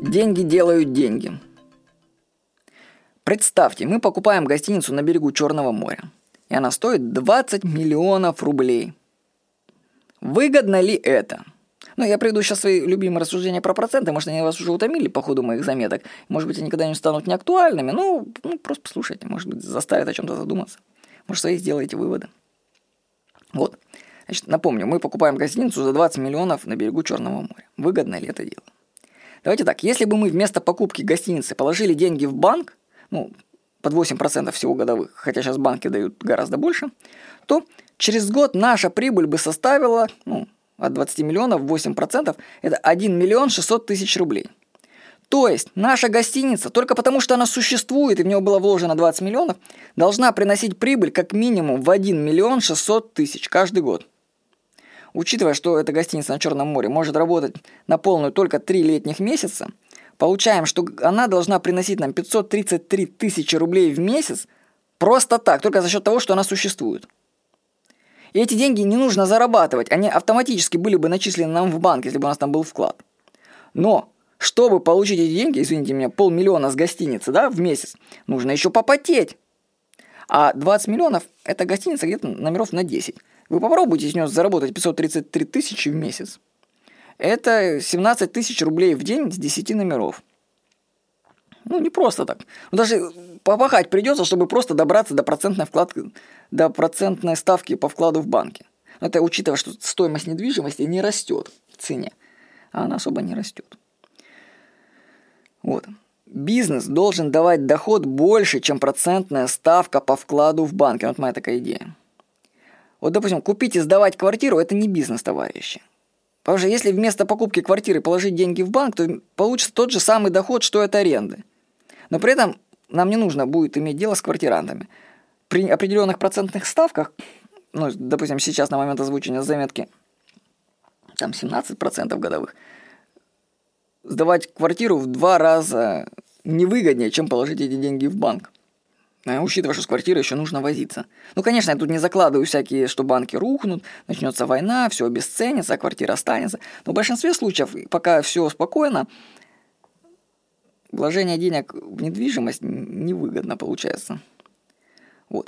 Деньги делают деньги. Представьте, мы покупаем гостиницу на берегу Черного моря, и она стоит 20 миллионов рублей. Выгодно ли это? Я приведу сейчас свои любимые рассуждения про проценты, может, они вас уже утомили по ходу моих заметок, может быть, они никогда не станут неактуальными, просто послушайте, может быть, заставят о чем-то задуматься, может, свои сделаете выводы. Вот, значит, напомню, мы покупаем гостиницу за 20 миллионов на берегу Черного моря. Выгодно ли это дело? Давайте так, если бы мы вместо покупки гостиницы положили деньги в банк, под 8% всего годовых, хотя сейчас банки дают гораздо больше, то через год наша прибыль бы составила, от 20 миллионов 8%, это 1 миллион 600 тысяч рублей. То есть наша гостиница, только потому что она существует и в нее было вложено 20 миллионов, должна приносить прибыль как минимум в 1 миллион 600 тысяч каждый год. Учитывая, что эта гостиница на Черном море может работать на полную только 3 летних месяца, получаем, что она должна приносить нам 533 тысячи рублей в месяц просто так, только за счет того, что она существует. И эти деньги не нужно зарабатывать, они автоматически были бы начислены нам в банк, если бы у нас там был вклад. Но, чтобы получить эти деньги, извините меня, 500 000 с гостиницы, в месяц, нужно еще попотеть. А 20 миллионов – это гостиница где-то номеров на 10. Вы попробуйте с нее заработать 533 тысячи в месяц. Это 17 тысяч рублей в день с 10 номеров. Не просто так. Даже попахать придется, чтобы просто добраться до процентной ставки по вкладу в банке. Это учитывая, что стоимость недвижимости не растет в цене. А она особо не растет. Вот. Бизнес должен давать доход больше, чем процентная ставка по вкладу в банке. Вот моя такая идея. Допустим, купить и сдавать квартиру – это не бизнес, товарищи. Потому что если вместо покупки квартиры положить деньги в банк, то получится тот же самый доход, что и от аренды. Но при этом нам не нужно будет иметь дело с квартирантами. При определенных процентных ставках, допустим, сейчас на момент озвучения заметки, 17% годовых, сдавать квартиру в 2 раза невыгоднее, чем положить эти деньги в банк. Учитывая, что с квартирой еще нужно возиться. Конечно, я тут не закладываю всякие, что банки рухнут, начнется война, все обесценится, а квартира останется. Но в большинстве случаев, пока все спокойно, вложение денег в недвижимость невыгодно получается. Вот.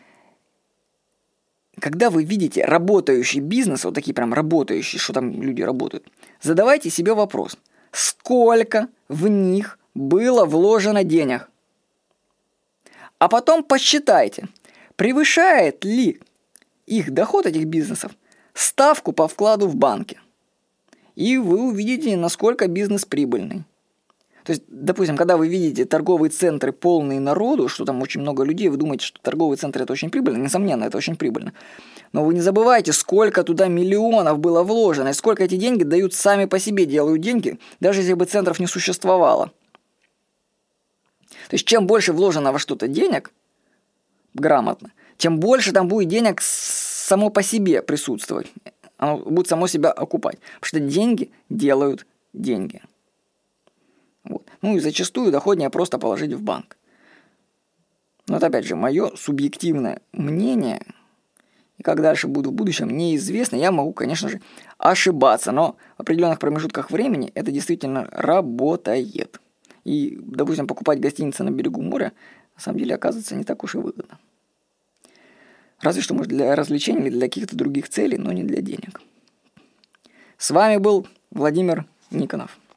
Когда вы видите работающий бизнес, вот такие прям работающие, что там люди работают, задавайте себе вопрос, сколько в них было вложено денег? А потом посчитайте, превышает ли их доход этих бизнесов ставку по вкладу в банке. И вы увидите, насколько бизнес прибыльный. То есть, допустим, когда вы видите торговые центры полные народу, что там очень много людей, вы думаете, что торговые центры это очень прибыльно. Несомненно, это очень прибыльно. Но вы не забывайте, сколько туда миллионов было вложено, и сколько эти деньги дают сами по себе, делают деньги, даже если бы центров не существовало. То есть, чем больше вложено во что-то денег, грамотно, тем больше там будет денег само по себе присутствовать. Оно будет само себя окупать. Потому что деньги делают деньги. Вот. И зачастую доходнее просто положить в банк. Но это, опять же, мое субъективное мнение. И как дальше буду в будущем, неизвестно. Я могу, конечно же, ошибаться. Но в определенных промежутках времени это действительно работает. И, допустим, покупать гостиницы на берегу моря, на самом деле, оказывается не так уж и выгодно. Разве что, может, для развлечений или для каких-то других целей, но не для денег. С вами был Владимир Никонов.